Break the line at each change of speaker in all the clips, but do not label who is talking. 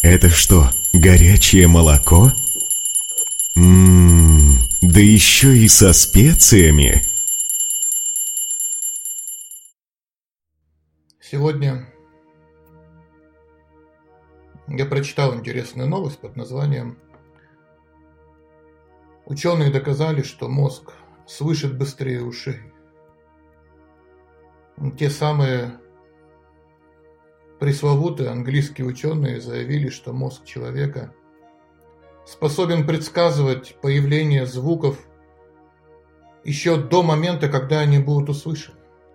Это что, горячее молоко? Да еще и со специями.
Сегодня я прочитал интересную новость под названием «Ученые доказали, что мозг слышит быстрее ушей». Те самые пресловутые английские ученые заявили, что мозг человека способен предсказывать появление звуков еще до момента, когда они будут услышаны.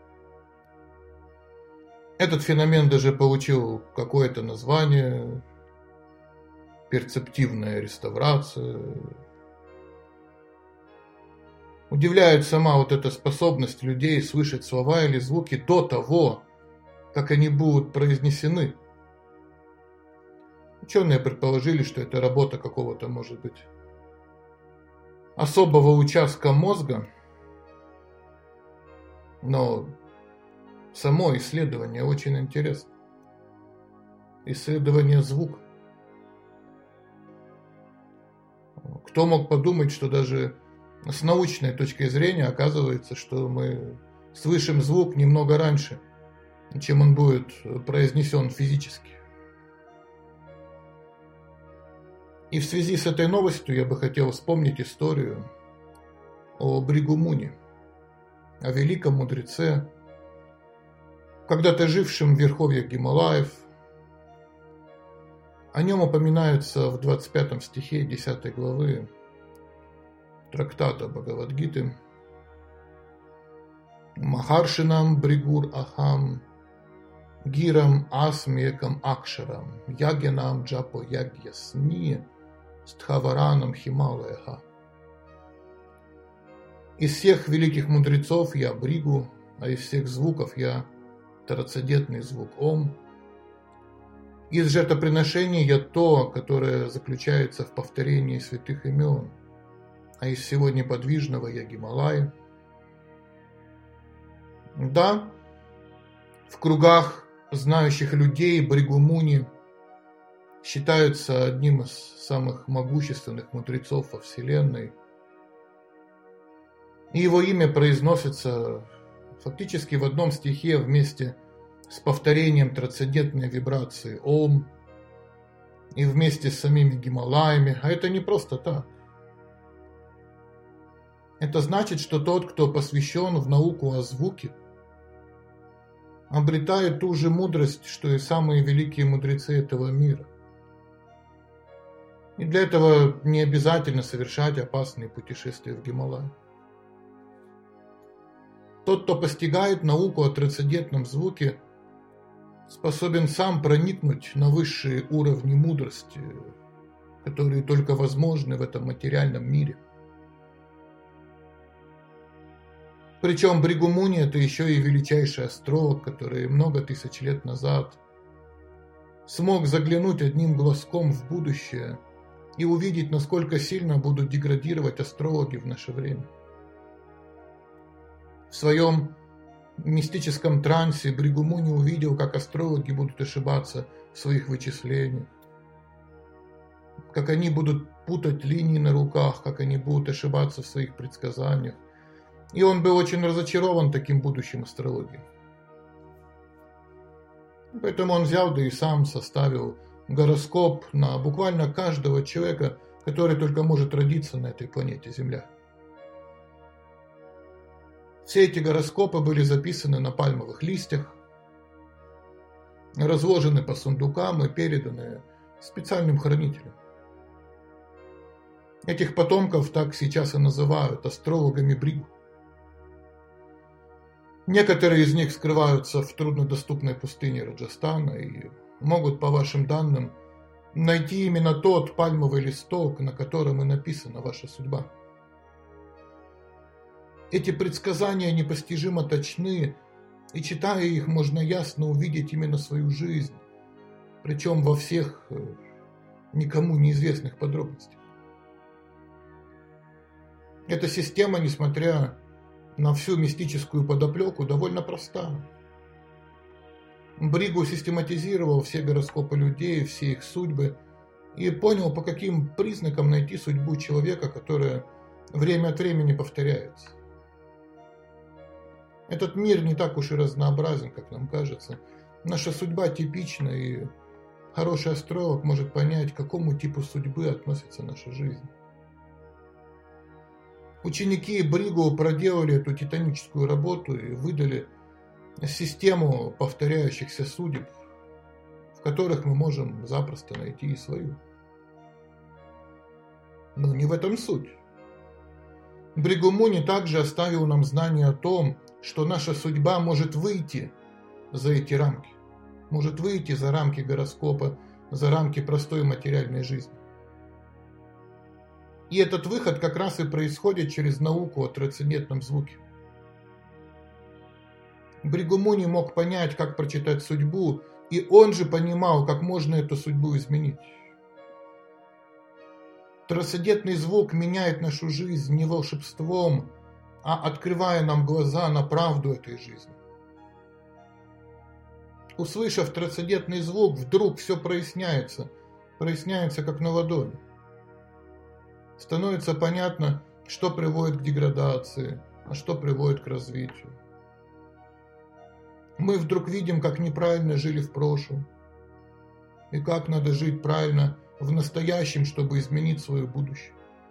Этот феномен даже получил какое-то название – перцептивная реставрация. Удивляет сама вот эта способность людей слышать слова или звуки до того, как они будут произнесены. Ученые предположили, что это работа какого-то, может быть, особого участка мозга, но само исследование очень интересно. Исследование звука. Кто мог подумать, что даже с научной точки зрения оказывается, что мы слышим звук немного раньше, чем он будет произнесен физически. И в связи с этой новостью я бы хотел вспомнить историю о Бригу Муни, о великом мудреце, когда-то жившем в верховьях Гималаев. О нем упоминается в 25 стихе 10 главы трактата Бхагавад-гиты. Махаршинам Бригур Ахам Гирам Асмекам Акшарам Ягенам Джапо Ягьясни Стхаваранам Хималаяха. Из всех великих мудрецов я Бригу, а из всех звуков я трансцендентный звук Ом. Из жертвоприношений я то, которое заключается в повторении святых имен, а из всего неподвижного я Гималай. Да, в кругах знающих людей Бригу Муни считается одним из самых могущественных мудрецов во Вселенной. И его имя произносится фактически в одном стихе вместе с повторением трансцендентной вибрации Ом и вместе с самими Гималаями. А это не просто так. Это значит, что тот, кто посвящен в науку о звуке, обретает ту же мудрость, что и самые великие мудрецы этого мира. И для этого не обязательно совершать опасные путешествия в Гималай. Тот, кто постигает науку о трансцендентном звуке, способен сам проникнуть на высшие уровни мудрости, которые только возможны в этом материальном мире. Причем Бригу Муни – это еще и величайший астролог, который много тысяч лет назад смог заглянуть одним глазком в будущее и увидеть, насколько сильно будут деградировать астрологи в наше время. В своем мистическом трансе Бригу Муни увидел, как астрологи будут ошибаться в своих вычислениях, как они будут путать линии на руках, как они будут ошибаться в своих предсказаниях. И он был очень разочарован таким будущим астрологией. Поэтому он взял, да и сам составил гороскоп на буквально каждого человека, который только может родиться на этой планете Земля. Все эти гороскопы были записаны на пальмовых листьях, разложены по сундукам и переданы специальным хранителям. Этих потомков так сейчас и называют астрологами Бригу. Некоторые из них скрываются в труднодоступной пустыне Раджастана и могут, по вашим данным, найти именно тот пальмовый листок, на котором и написана ваша судьба. Эти предсказания непостижимо точны, и читая их, можно ясно увидеть именно свою жизнь, причем во всех никому неизвестных подробностях. Эта система, несмотря на всю мистическую подоплеку, довольно проста. Бригу систематизировал все гороскопы людей, все их судьбы и понял, по каким признакам найти судьбу человека, которая время от времени повторяется. Этот мир не так уж и разнообразен, как нам кажется. Наша судьба типична, и хороший астролог может понять, к какому типу судьбы относится наша жизнь. Ученики Бригу проделали эту титаническую работу и выдали систему повторяющихся судеб, в которых мы можем запросто найти и свою. Но не в этом суть. Бригу Муни также оставил нам знание о том, что наша судьба может выйти за эти рамки, может выйти за рамки гороскопа, за рамки простой материальной жизни. И этот выход как раз и происходит через науку о трансцендентном звуке. Бригу Муни мог понять, как прочитать судьбу, и он же понимал, как можно эту судьбу изменить. Трансцендентный звук меняет нашу жизнь не волшебством, а открывая нам глаза на правду этой жизни. Услышав трансцендентный звук, вдруг все проясняется как на ладони. Становится понятно, что приводит к деградации, а что приводит к развитию. Мы вдруг видим, как неправильно жили в прошлом, и как надо жить правильно в настоящем, чтобы изменить свое будущее.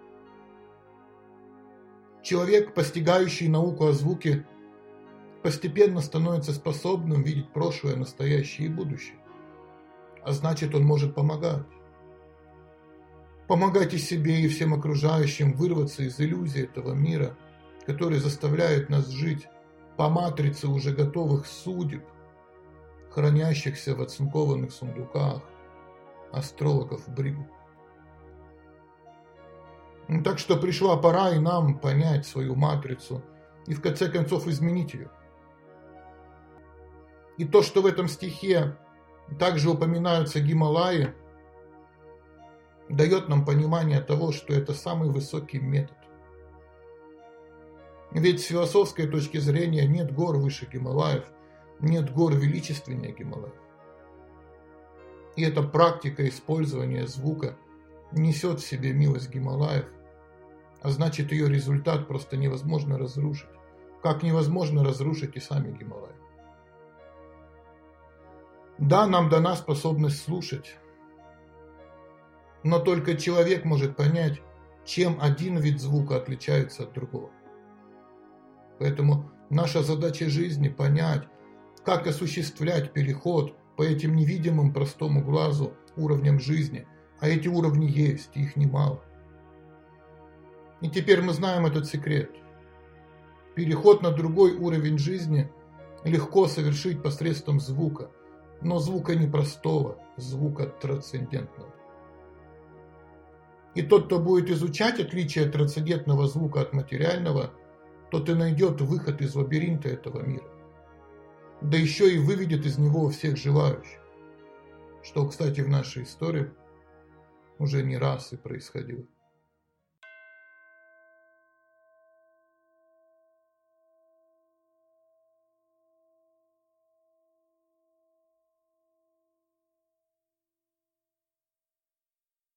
Человек, постигающий науку о звуке, постепенно становится способным видеть прошлое, настоящее и будущее. А значит, он может помогать. Помогать и себе, и всем окружающим вырваться из иллюзии этого мира, который заставляет нас жить по матрице уже готовых судеб, хранящихся в оцинкованных сундуках астрологов Бригу. Так что пришла пора и нам понять свою матрицу и в конце концов изменить ее. И то, что в этом стихе также упоминаются Гималаи, дает нам понимание того, что это самый высокий метод. Ведь с философской точки зрения нет гор выше Гималаев, нет гор величественнее Гималаев. И эта практика использования звука несет в себе милость Гималаев, а значит, ее результат просто невозможно разрушить, как невозможно разрушить и сами Гималаи. Да, нам дана способность слушать, но только человек может понять, чем один вид звука отличается от другого. Поэтому наша задача жизни – понять, как осуществлять переход по этим невидимым простому глазу уровням жизни, а эти уровни есть, их немало. И теперь мы знаем этот секрет. Переход на другой уровень жизни легко совершить посредством звука, но звука не простого, звука трансцендентного. И тот, кто будет изучать отличие трансцендентного звука от материального, тот и найдет выход из лабиринта этого мира. Да еще и выведет из него всех желающих, что, кстати, в нашей истории уже не раз и происходило.